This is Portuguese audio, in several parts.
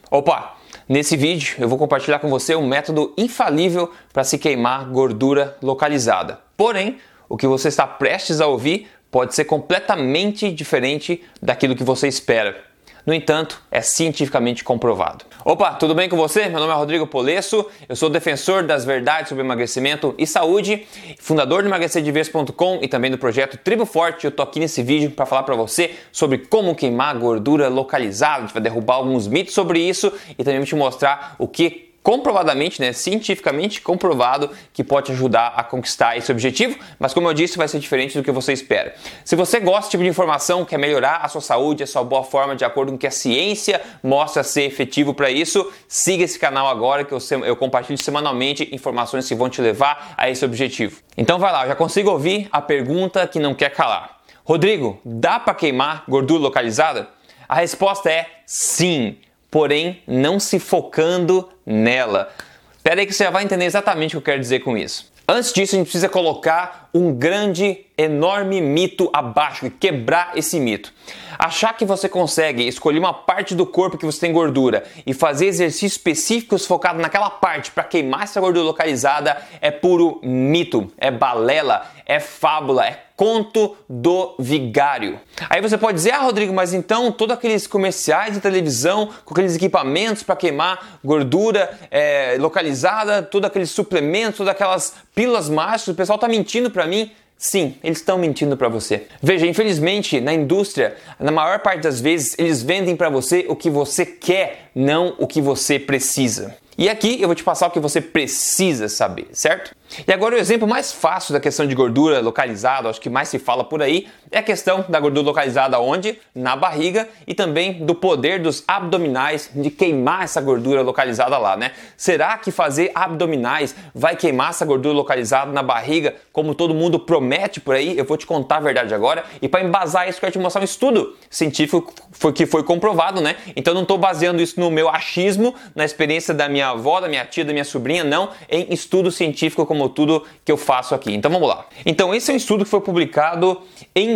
Opa! Nesse vídeo eu vou compartilhar com você um método infalível para se queimar gordura localizada. Porém, o que você está prestes a ouvir pode ser completamente diferente daquilo que você espera. No entanto, é cientificamente comprovado. Opa, tudo bem com você? Meu nome é Rodrigo Polesso, eu sou defensor das verdades sobre emagrecimento e saúde, fundador do emagrecerdevez.com e também do projeto Tribo Forte. Eu tô aqui nesse vídeo para falar para você sobre como queimar gordura localizada. A gente vai derrubar alguns mitos sobre isso e também te mostrar o que comprovadamente, cientificamente comprovado que pode te ajudar a conquistar esse objetivo, mas como eu disse, vai ser diferente do que você espera. Se você gosta desse tipo de informação, quer melhorar a sua saúde, a sua boa forma de acordo com o que a ciência mostra ser efetivo para isso, siga esse canal agora que eu compartilho semanalmente informações que vão te levar a esse objetivo. Então vai lá, eu já consigo ouvir a pergunta que não quer calar. Rodrigo, dá para queimar gordura localizada? A resposta é sim. Porém, não se focando nela. Espera aí que você já vai entender exatamente o que eu quero dizer com isso. Antes disso, a gente precisa colocar um grande, enorme mito abaixo e quebrar esse mito. Achar que você consegue escolher uma parte do corpo que você tem gordura e fazer exercícios específicos focados naquela parte para queimar essa gordura localizada é puro mito, é balela, é fábula, é conto do vigário. Aí você pode dizer, Rodrigo, mas então todos aqueles comerciais de televisão com aqueles equipamentos para queimar gordura localizada, todos aqueles suplementos, todas aquelas pílulas mágicas, o pessoal está mentindo para mim? Sim, eles estão mentindo para você. Veja, infelizmente, na indústria, na maior parte das vezes, eles vendem para você o que você quer, não o que você precisa. E aqui eu vou te passar o que você precisa saber, certo? E agora o exemplo mais fácil da questão de gordura localizada, acho que mais se fala por aí, é a questão da gordura localizada onde? Na barriga e também do poder dos abdominais de queimar essa gordura localizada lá, né? Será que fazer abdominais vai queimar essa gordura localizada na barriga como todo mundo promete por aí? Eu vou te contar a verdade agora e para embasar isso eu quero te mostrar um estudo científico que foi comprovado, né? Então eu não estou baseando isso no meu achismo, na experiência da minha avó, da minha tia, da minha sobrinha, não, em estudo científico como tudo que eu faço aqui. Então vamos lá. Então esse é um estudo que foi publicado em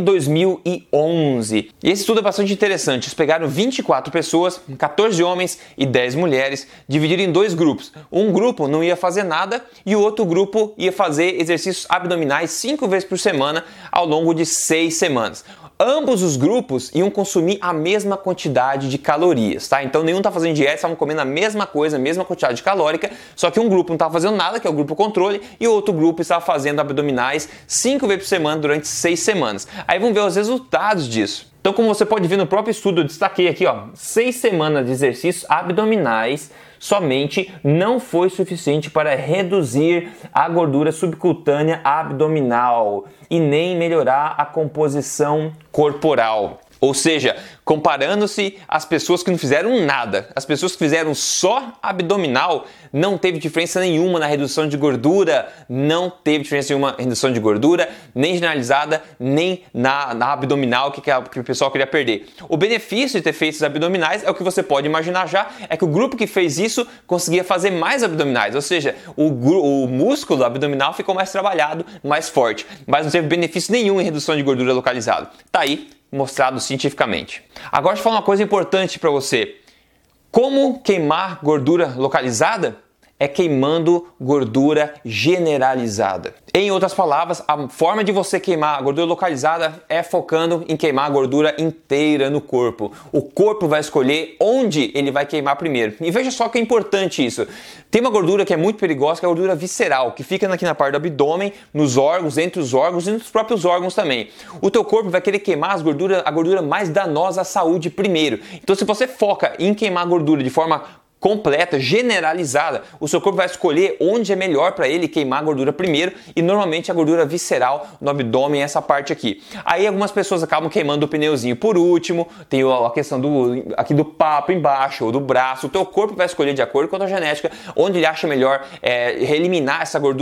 2011. E esse estudo é bastante interessante. Eles pegaram 24 pessoas, 14 homens e 10 mulheres, dividiram em dois grupos. Um grupo não ia fazer nada e o outro grupo ia fazer exercícios abdominais 5 vezes por semana ao longo de 6 semanas. Ambos os grupos iam consumir a mesma quantidade de calorias, tá? Então nenhum tá fazendo dieta, estavam comendo a mesma coisa, a mesma quantidade calórica, só que um grupo não estava fazendo nada, que é o grupo controle, e o outro grupo estava fazendo abdominais 5 vezes por semana durante 6 semanas. Aí vamos ver os resultados disso. Então, como você pode ver no próprio estudo, eu destaquei aqui, 6 semanas de exercícios abdominais somente não foi suficiente para reduzir a gordura subcutânea abdominal e nem melhorar a composição corporal. Ou seja, comparando-se às pessoas que não fizeram nada, as pessoas que fizeram só abdominal, não teve diferença nenhuma na redução de gordura, não teve diferença nenhuma na redução de gordura, nem generalizada, nem na abdominal que o pessoal queria perder. O benefício de ter feito os abdominais é o que você pode imaginar já, é que o grupo que fez isso conseguia fazer mais abdominais, ou seja, o músculo abdominal ficou mais trabalhado, mais forte, mas não teve benefício nenhum em redução de gordura localizada. Tá aí, mostrado cientificamente. Agora deixa eu falar uma coisa importante para você. Como queimar gordura localizada? É queimando gordura generalizada. Em outras palavras, a forma de você queimar a gordura localizada é focando em queimar a gordura inteira no corpo. O corpo vai escolher onde ele vai queimar primeiro. E veja só que é importante isso. Tem uma gordura que é muito perigosa, que é a gordura visceral, que fica aqui na parte do abdômen, nos órgãos, entre os órgãos e nos próprios órgãos também. O teu corpo vai querer queimar a gordura mais danosa à saúde primeiro. Então se você foca em queimar a gordura de forma completa, generalizada, o seu corpo vai escolher onde é melhor para ele queimar a gordura primeiro e normalmente a gordura visceral no abdômen é essa parte aqui. Aí algumas pessoas acabam queimando o pneuzinho por último, tem a questão aqui do papo embaixo ou do braço. O teu corpo vai escolher de acordo com a tua genética onde ele acha melhor eliminar essa gordura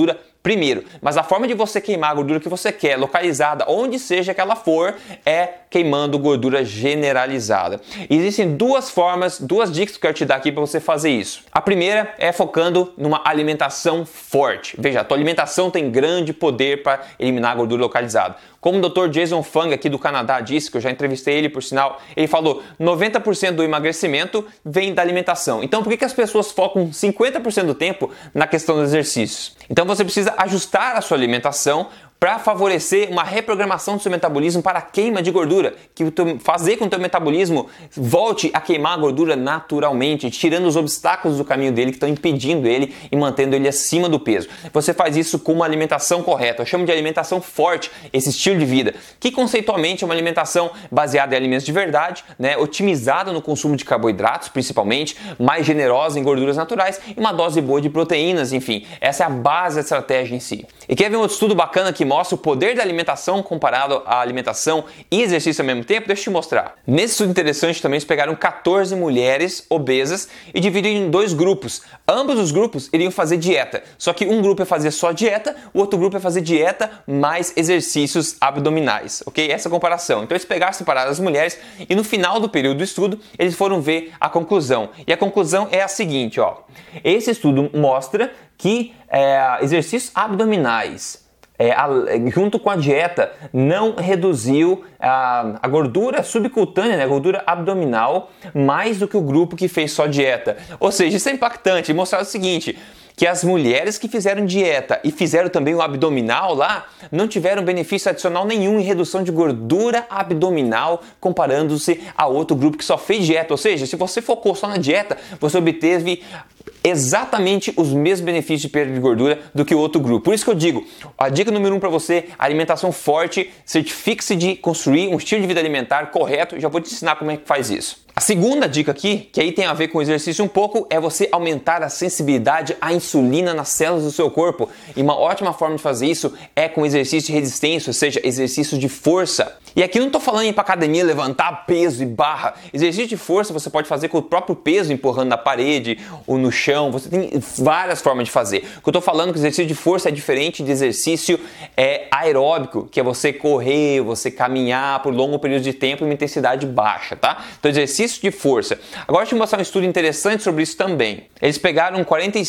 primeiro, mas a forma de você queimar a gordura que você quer, localizada, onde seja que ela for, é queimando gordura generalizada. E existem duas formas, duas dicas que eu quero te dar aqui para você fazer isso. A primeira é focando numa alimentação forte. Veja, a tua alimentação tem grande poder para eliminar a gordura localizada. Como o Dr. Jason Fung aqui do Canadá disse, que eu já entrevistei ele por sinal, ele falou 90% do emagrecimento vem da alimentação. Então por que as pessoas focam 50% do tempo na questão dos exercícios? Então você precisa ajustar a sua alimentação para favorecer uma reprogramação do seu metabolismo para a queima de gordura, que fazer com que o teu metabolismo volte a queimar a gordura naturalmente, tirando os obstáculos do caminho dele que estão impedindo ele e mantendo ele acima do peso. Você faz isso com uma alimentação correta, eu chamo de alimentação forte, esse estilo de vida, que conceitualmente é uma alimentação baseada em alimentos de verdade, né, otimizada no consumo de carboidratos, principalmente, mais generosa em gorduras naturais e uma dose boa de proteínas, enfim, essa é a base da estratégia em si. E quer ver um outro estudo bacana que mostra o poder da alimentação comparado à alimentação e exercício ao mesmo tempo? Deixa eu te mostrar. Nesse estudo interessante também eles pegaram 14 mulheres obesas e dividiram em dois grupos. Ambos os grupos iriam fazer dieta, só que um grupo ia fazer só dieta, o outro grupo ia fazer dieta mais exercícios abdominais, ok? Essa é a comparação. Então eles pegaram separadas as mulheres e no final do período do estudo eles foram ver a conclusão. E a conclusão é a seguinte, ó. Esse estudo mostra que exercícios abdominais junto com a dieta, não reduziu a gordura subcutânea, né, a gordura abdominal, mais do que o grupo que fez só dieta. Ou seja, isso é impactante, mostrar o seguinte, que as mulheres que fizeram dieta e fizeram também o abdominal lá, não tiveram benefício adicional nenhum em redução de gordura abdominal, comparando-se a outro grupo que só fez dieta. Ou seja, se você focou só na dieta, você obteve exatamente os mesmos benefícios de perda de gordura do que o outro grupo. Por isso que eu digo, a dica número 1 para você, alimentação forte, certifique-se de construir um estilo de vida alimentar correto, já vou te ensinar como é que faz isso. A segunda dica aqui, que aí tem a ver com o exercício um pouco, é você aumentar a sensibilidade à insulina nas células do seu corpo. E uma ótima forma de fazer isso é com exercício de resistência, ou seja, exercício de força. E aqui eu não estou falando em ir para academia, levantar peso e barra. Exercício de força você pode fazer com o próprio peso empurrando na parede ou no chão. Você tem várias formas de fazer. O que eu estou falando é que o exercício de força é diferente de exercício aeróbico, que é você correr, você caminhar por longo período de tempo em uma intensidade baixa, tá? Então exercício de força. Agora deixa eu mostrar um estudo interessante sobre isso também. Eles pegaram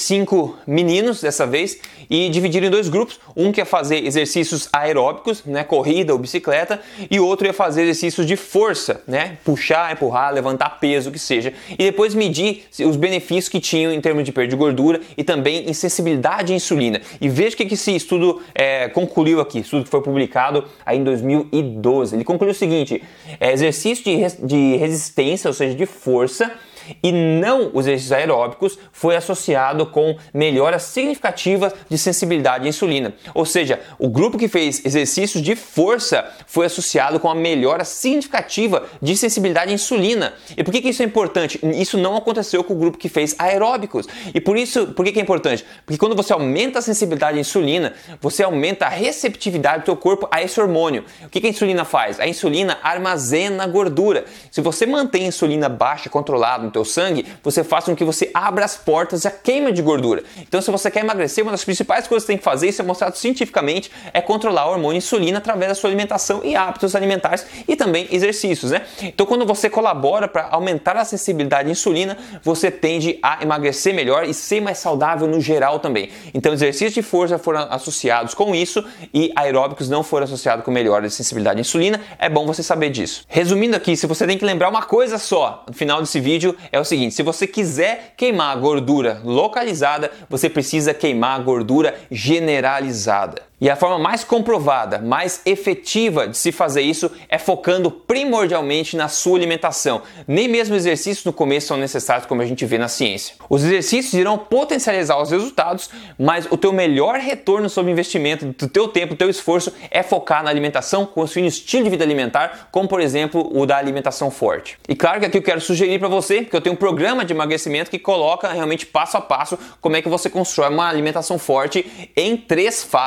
45 meninos dessa vez e dividiram em dois grupos. Um que ia fazer exercícios aeróbicos, né, corrida ou bicicleta, e outro ia fazer exercícios de força, né, puxar, empurrar, levantar peso, o que seja. E depois medir os benefícios que tinham em termos de perda de gordura e também em sensibilidade à insulina. E veja o que esse estudo concluiu aqui. Estudo que foi publicado aí em 2012. Ele concluiu o seguinte: exercício de resistência, ou seja, de força, e não os exercícios aeróbicos, foi associado com melhoras significativas de sensibilidade à insulina. Ou seja, o grupo que fez exercícios de força foi associado com a melhora significativa de sensibilidade à insulina. E por que isso é importante? Isso não aconteceu com o grupo que fez aeróbicos. E por que é importante? Porque quando você aumenta a sensibilidade à insulina, você aumenta a receptividade do seu corpo a esse hormônio. O que a insulina faz? A insulina armazena gordura. Se você mantém a insulina baixa, controlada no teu sangue, você faz com que você abra as portas à queima de gordura. Então, se você quer emagrecer, uma das principais coisas que você tem que fazer, isso é mostrado cientificamente, é controlar o hormônio insulina através da sua alimentação e hábitos alimentares e também exercícios, né? Então, quando você colabora para aumentar a sensibilidade à insulina, você tende a emagrecer melhor e ser mais saudável no geral também. Então, exercícios de força foram associados com isso e aeróbicos não foram associados com melhora de sensibilidade à insulina. É bom você saber disso. Resumindo aqui, se você tem que lembrar uma coisa só no final desse vídeo, é o seguinte: se você quiser queimar gordura localizada, você precisa queimar gordura generalizada. E a forma mais comprovada, mais efetiva de se fazer isso é focando primordialmente na sua alimentação. Nem mesmo exercícios no começo são necessários, como a gente vê na ciência. Os exercícios irão potencializar os resultados, mas o teu melhor retorno sobre investimento do teu tempo, do teu esforço, é focar na alimentação, construindo um estilo de vida alimentar, como por exemplo o da alimentação forte. E claro que aqui eu quero sugerir para você, porque eu tenho um programa de emagrecimento que coloca realmente passo a passo como é que você constrói uma alimentação forte em 3 fases, para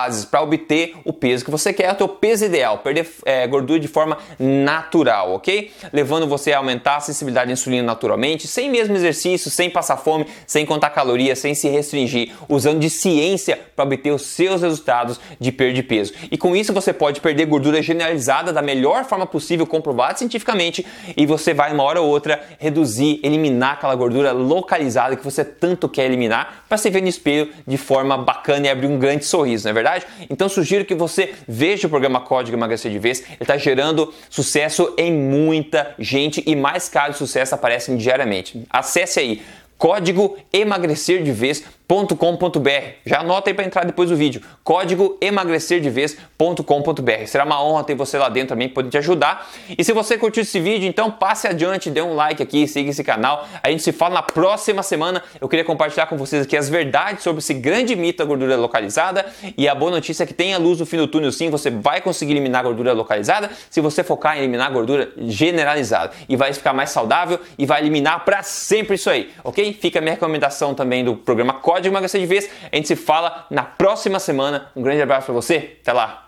obter o peso que você quer, o teu peso ideal, perder gordura de forma natural, ok? Levando você a aumentar a sensibilidade à insulina naturalmente, sem mesmo exercício, sem passar fome, sem contar calorias, sem se restringir, usando de ciência para obter os seus resultados de perda de peso. E com isso você pode perder gordura generalizada da melhor forma possível, comprovada cientificamente, e você vai uma hora ou outra reduzir, eliminar aquela gordura localizada que você tanto quer eliminar para se ver no espelho de forma bacana e abrir um grande sorriso, não é verdade? Então sugiro que você veja o programa Código Emagrecer de Vez, ele está gerando sucesso em muita gente e mais casos de sucesso aparecem diariamente. Acesse aí código emagrecerdevez.com.br. Já anota aí para entrar depois do vídeo. Código emagrecerdevez.com.br. Será uma honra ter você lá dentro também, poder te ajudar. E se você curtiu esse vídeo, então passe adiante, dê um like aqui, siga esse canal. A gente se fala na próxima semana. Eu queria compartilhar com vocês aqui as verdades sobre esse grande mito da gordura localizada e a boa notícia é que tem a luz no fim do túnel sim, você vai conseguir eliminar a gordura localizada se você focar em eliminar a gordura generalizada. E vai ficar mais saudável e vai eliminar para sempre isso aí, ok? Fica a minha recomendação também do programa Código Emagrecer de Vez. A gente se fala na próxima semana. Um grande abraço para você. Até lá.